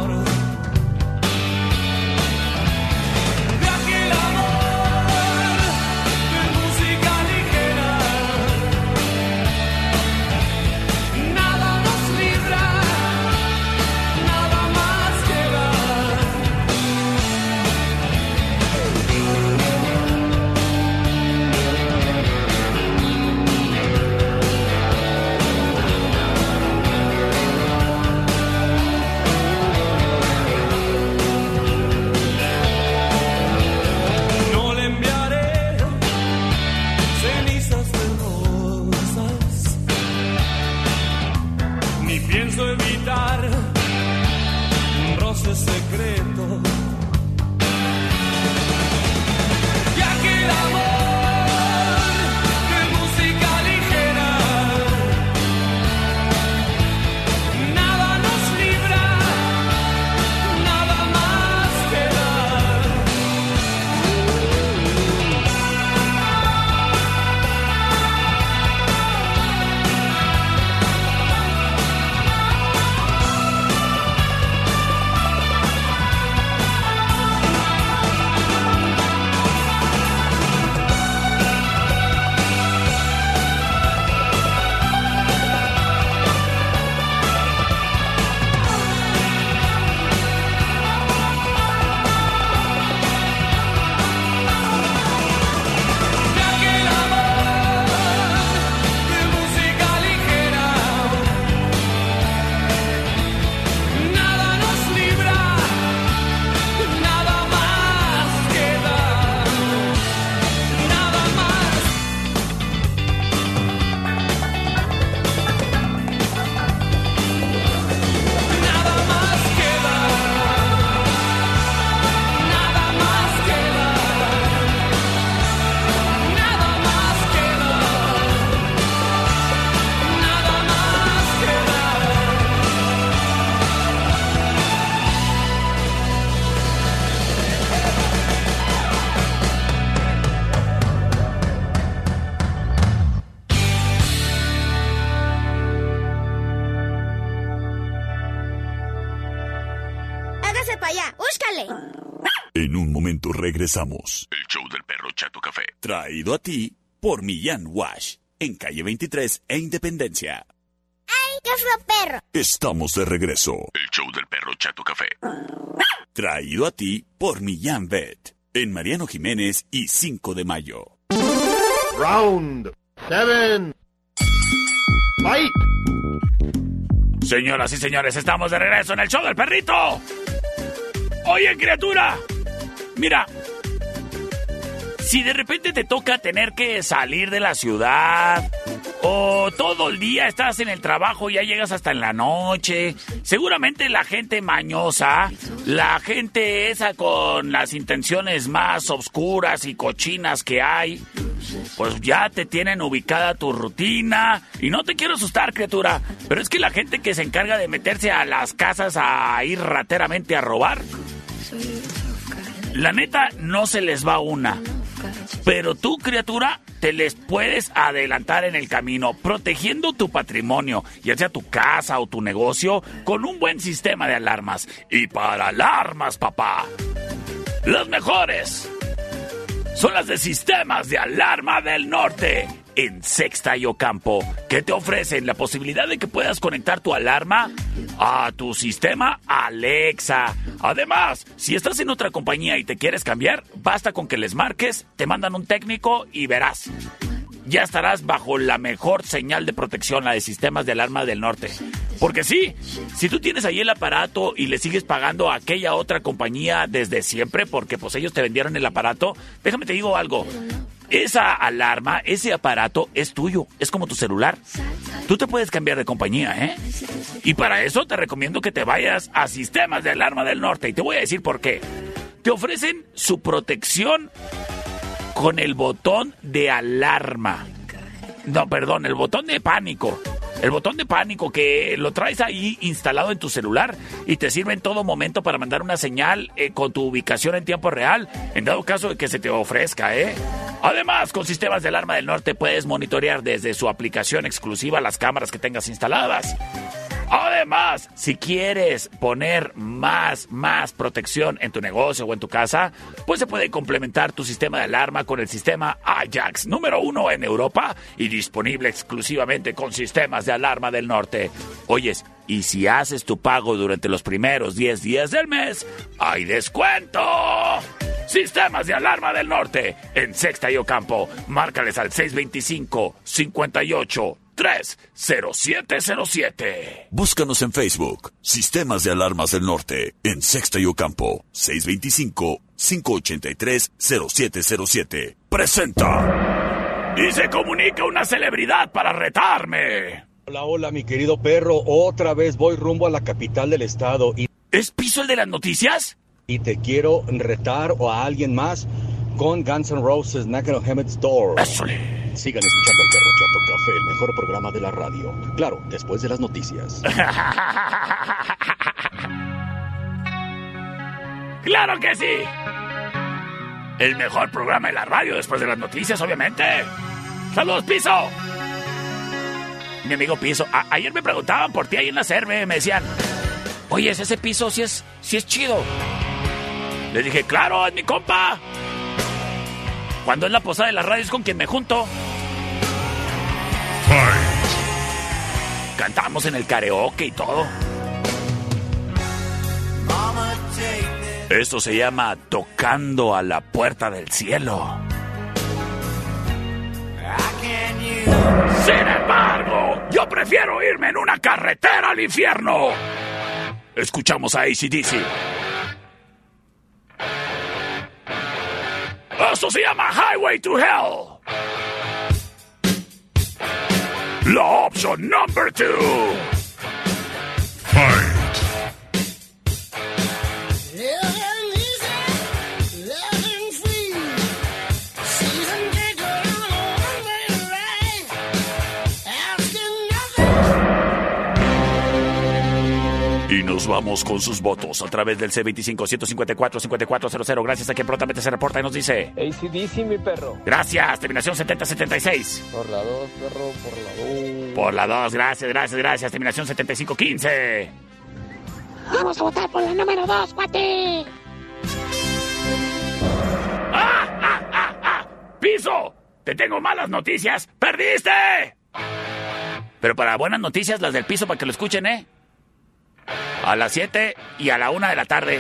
Pienso evitar un roce secreto, ya que el amor de música ligera nada nos libra, nada más En un momento regresamos. El show del Perro Chato Café. Traído a ti por Millán Wash. En calle 23 e Independencia. ¡Ay! qué es perro. Estamos de regreso. El show del perro Chato Café. Traído a ti por Millán Vet. En Mariano Jiménez y 5 de Mayo. Round 7. Fight. Señoras y señores, estamos de regreso en el show del perrito. Oye, criatura, mira, si de repente te toca tener que salir de la ciudad o todo el día estás en el trabajo y ya llegas hasta en la noche, seguramente la gente mañosa, la gente esa con las intenciones más oscuras y cochinas que hay, pues ya te tienen ubicada tu rutina. Y no te quiero asustar, criatura, pero es que la gente que se encarga de meterse a las casas a ir rateramente a robar, la neta no se les va una. Pero tú, criatura, te les puedes adelantar en el camino, protegiendo tu patrimonio, ya sea tu casa o tu negocio, con un buen sistema de alarmas. Y para alarmas, papá, las mejores son las de Sistemas de Alarma del Norte, en Sexta y Ocampo, que te ofrecen la posibilidad de que puedas conectar tu alarma a tu sistema Alexa. Además, si estás en otra compañía y te quieres cambiar, basta con que les marques, te mandan un técnico y verás, ya estarás bajo la mejor señal de protección, la de Sistemas de Alarma del Norte. Porque sí, si tú tienes ahí el aparato y le sigues pagando a aquella otra compañía desde siempre, porque pues ellos te vendieron el aparato, déjame te digo algo. Esa alarma, ese aparato es tuyo, es como tu celular. Tú te puedes cambiar de compañía, ¿eh? Y para eso te recomiendo que te vayas a Sistemas de Alarma del Norte. Y te voy a decir por qué. Te ofrecen su protección con el botón de alarma. No, perdón, el botón de pánico. El botón de pánico que lo traes ahí instalado en tu celular y te sirve en todo momento para mandar una señal con tu ubicación en tiempo real, en dado caso de que se te ofrezca, ¿eh? Además, con Sistemas de Alarma del Norte puedes monitorear desde su aplicación exclusiva las cámaras que tengas instaladas. Además, si quieres poner más protección en tu negocio o en tu casa, pues se puede complementar tu sistema de alarma con el sistema Ajax, número 1 en Europa y disponible exclusivamente con Sistemas de Alarma del Norte. Oyes, y si haces tu pago durante los primeros 10 días del mes, ¡hay descuento! Sistemas de Alarma del Norte, en Sexta y Ocampo. Márcales al 625-58-30707. Búscanos en Facebook, Sistemas de Alarmas del Norte, en Sexta y Ocampo, 625-583-0707. ¡Presenta! Y se comunica una celebridad para retarme. Hola, hola, mi querido perro. Otra vez voy rumbo a la capital del estado y... ¿Es Piso el de las noticias? Y te quiero retar o a alguien más con Guns N' Roses, Knockin' on Heaven's Door. ¡Ésole! Sigan escuchando el Perro Chato Café, el mejor programa de la radio. Claro, después de las noticias. ¡Claro que sí! El mejor programa de la radio después de las noticias, obviamente. ¡Saludos, Piso! Mi amigo Piso. Ayer me preguntaban por ti ahí en la Cerve. Me decían, oye, ese Piso sí es chido. Les dije, claro, es mi compa. Cuando es la posada de la radio es con quien me junto. Cantamos en el karaoke y todo. Esto se llama Tocando a la Puerta del Cielo. Sin embargo, yo prefiero irme en una carretera al infierno. Escuchamos a AC/DC. Esto se llama Highway to Hell. La opción number 2. Y nos vamos con sus votos a través del C25-154-5400. Gracias a quien prontamente se reporta y nos dice AC/DC, mi perro. Gracias, terminación 7076. Por la 2, perro, por la 2. Por la 2, gracias, terminación 7515. Vamos a votar por la número 2, cuate. ¡Piso! ¡Te tengo malas noticias! ¡Perdiste! Pero para buenas noticias, las del piso, para que lo escuchen, ¿eh? A las 7 y a la 1 de la tarde.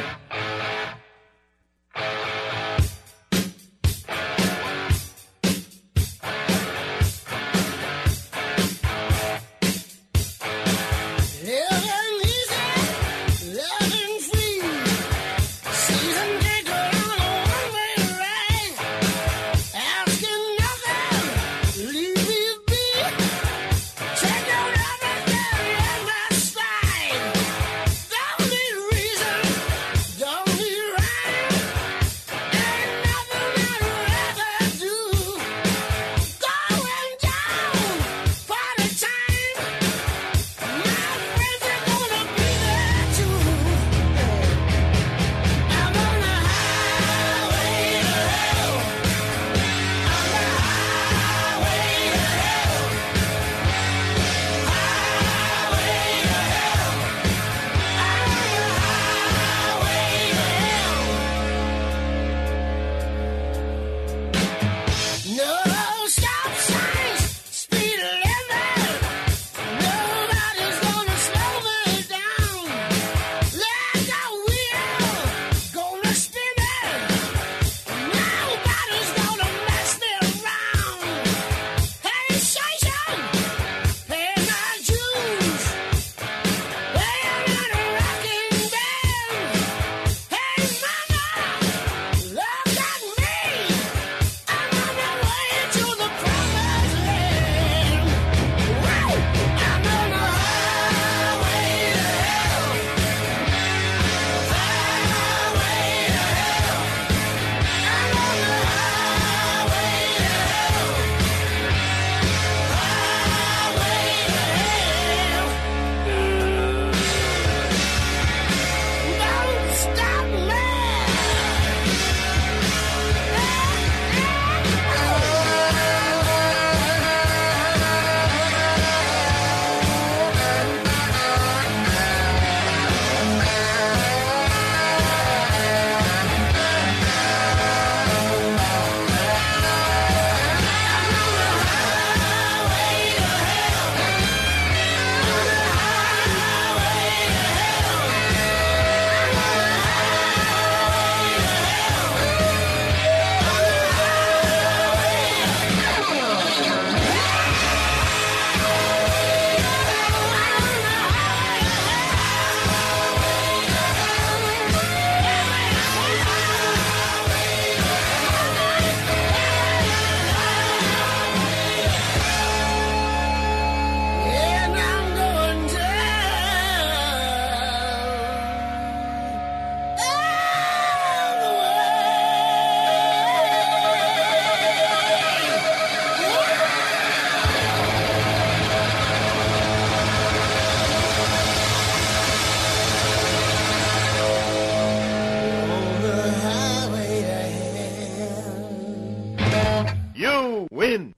win.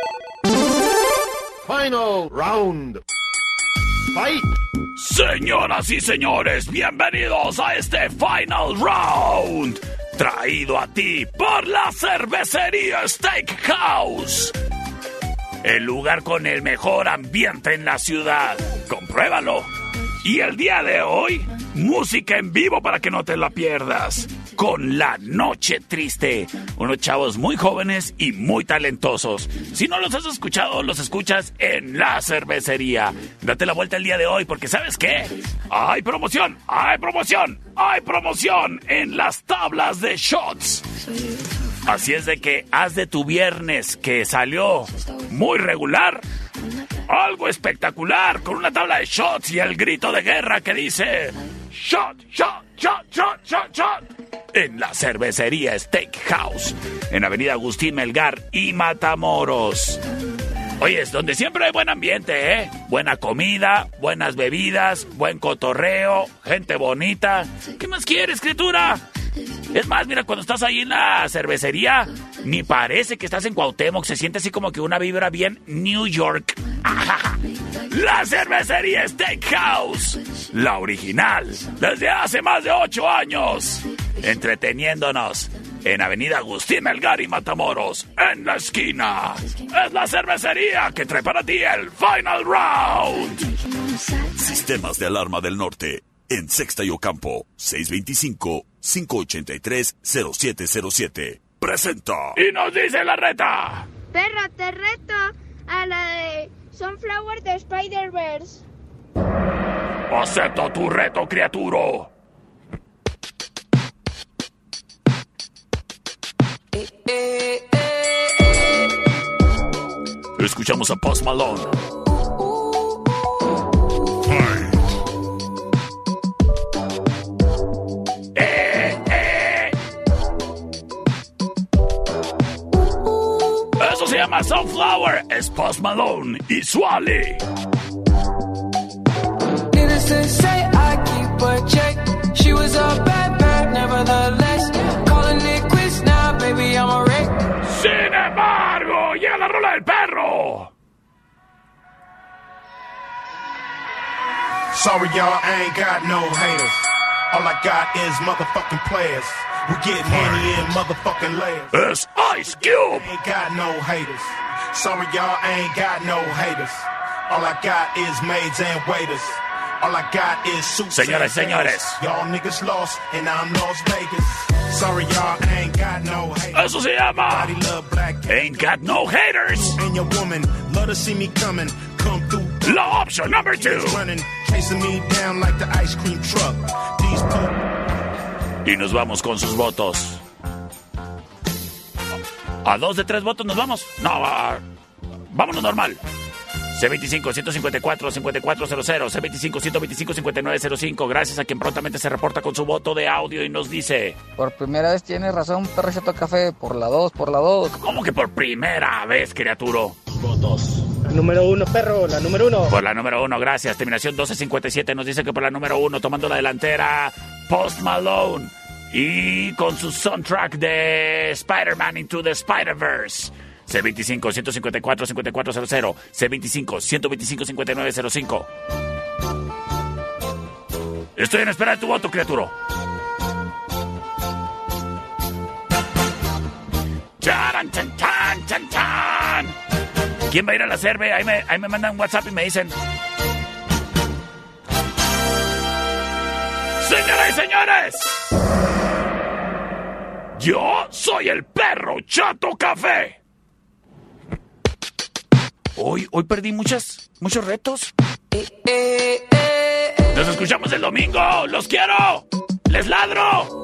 Final round. Fight. Señoras y señores, bienvenidos a este Final Round, traído a ti por la Cervecería Steakhouse, el lugar con el mejor ambiente en la ciudad. Compruébalo. Y el día de hoy, música en vivo para que no te la pierdas, con La Noche Triste, unos chavos muy jóvenes y muy talentosos. Si no los has escuchado, los escuchas en la cervecería. Date la vuelta el día de hoy, porque ¿sabes qué? ¡Hay promoción! ¡Hay promoción! ¡Hay promoción en las tablas de shots! Así es de que haz de tu viernes, que salió muy regular, algo espectacular, con una tabla de shots y el grito de guerra que dice shot, shot, shot, shot, shot, shot, en la Cervecería Steakhouse, en Avenida Agustín Melgar y Matamoros. Oye, es donde siempre hay buen ambiente, ¿eh? Buena comida, buenas bebidas, buen cotorreo, gente bonita. ¿Qué más quieres, criatura? Es más, mira, cuando estás ahí en la cervecería, ni parece que estás en Cuauhtémoc, se siente así como que una vibra bien New York. La Cervecería Steakhouse, la original, desde hace más de 8 años, entreteniéndonos en Avenida Agustín Melgar y Matamoros, en la esquina. Es la cervecería que trae para ti el Final Round. Sistemas de Alarma del Norte, en Sexta y Ocampo, 625-583-0707. Presenta. Y nos dice la reta. Perro, te reto a la de Sunflower de Spider-Verse. Acepto tu reto, criatura. Escuchamos a Post Malone. Eso se llama Sunflower. Es Post Malone y Swally. Needless to say, I keep a check. She was a bad, bad, nevertheless. Calling it quits now, baby, I'm a wreck. Sin embargo, llega la rola del perro. Sorry, y'all, I ain't got no haters. All I got is motherfucking players. We get money in motherfucking layers. Es Ice Cube. Ain't got no haters. Sorry, y'all, I ain't got no haters. All I got is maids and waiters. All I got is suits. Señores, señores. Y'all niggas lost and I'm Las Vegas. Sorry, y'all, I ain't got no haters. Eso se llama Ain't Got No Haters. And your woman love to see me coming. Come through. La option number 2. Running, chasing me down like the ice cream truck. These y nos vamos con sus votos. ¿A 2 de 3 votos nos vamos? No, vámonos normal. C25-154-5400, C25-125-5905. Gracias a quien prontamente se reporta con su voto de audio y nos dice: por primera vez tienes razón, perro Chato Café. Por la 2, por la 2. ¿Cómo que por primera vez, criatura? Votos. Número 1, perro, la número 1. Por la número 1, gracias. Terminación 1257 nos dice que por la número 1, tomando la delantera, Post Malone. Y con su soundtrack de Spider-Man Into the Spider-Verse. C25-154-5400, C25-125-5905. Estoy en espera de tu voto, criatura. ¡Charan, chan, chan, chan, chan! ¿Quién va a ir a la cerve? Ahí me mandan un WhatsApp y me dicen: señoras y señores, yo soy el perro Chato Café. Hoy perdí muchos retos. Nos escuchamos el domingo. ¡Los quiero! ¡Les ladro!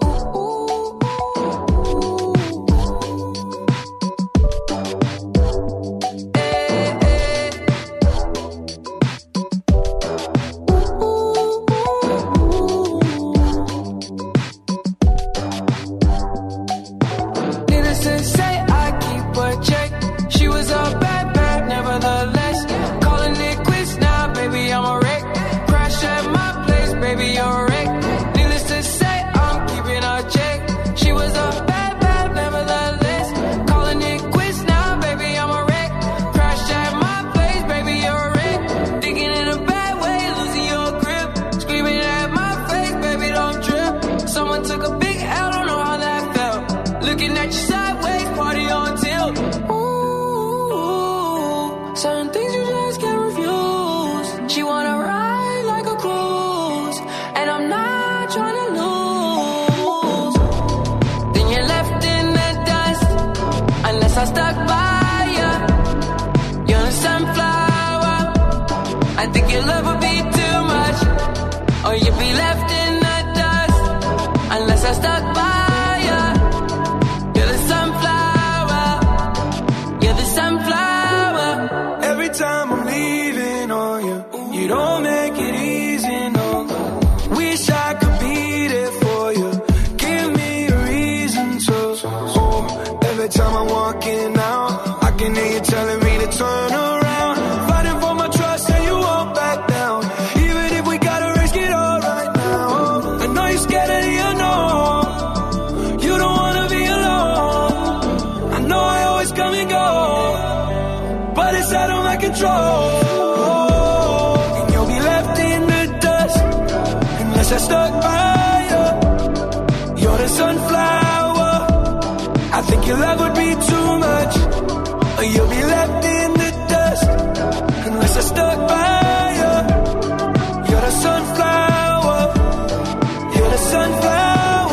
your love would be too much, or you'll be left in the dust unless I stuck by you. You're the sunflower, you're the sunflower.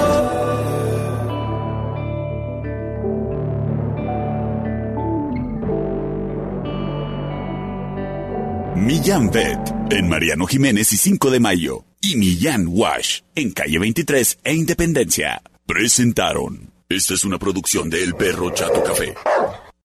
Millán Vet en Mariano Jiménez y 5 de Mayo. Y Millán Wash en Calle 23 e Independencia. Presentaron. Esta es una producción de El Perro Chato Café.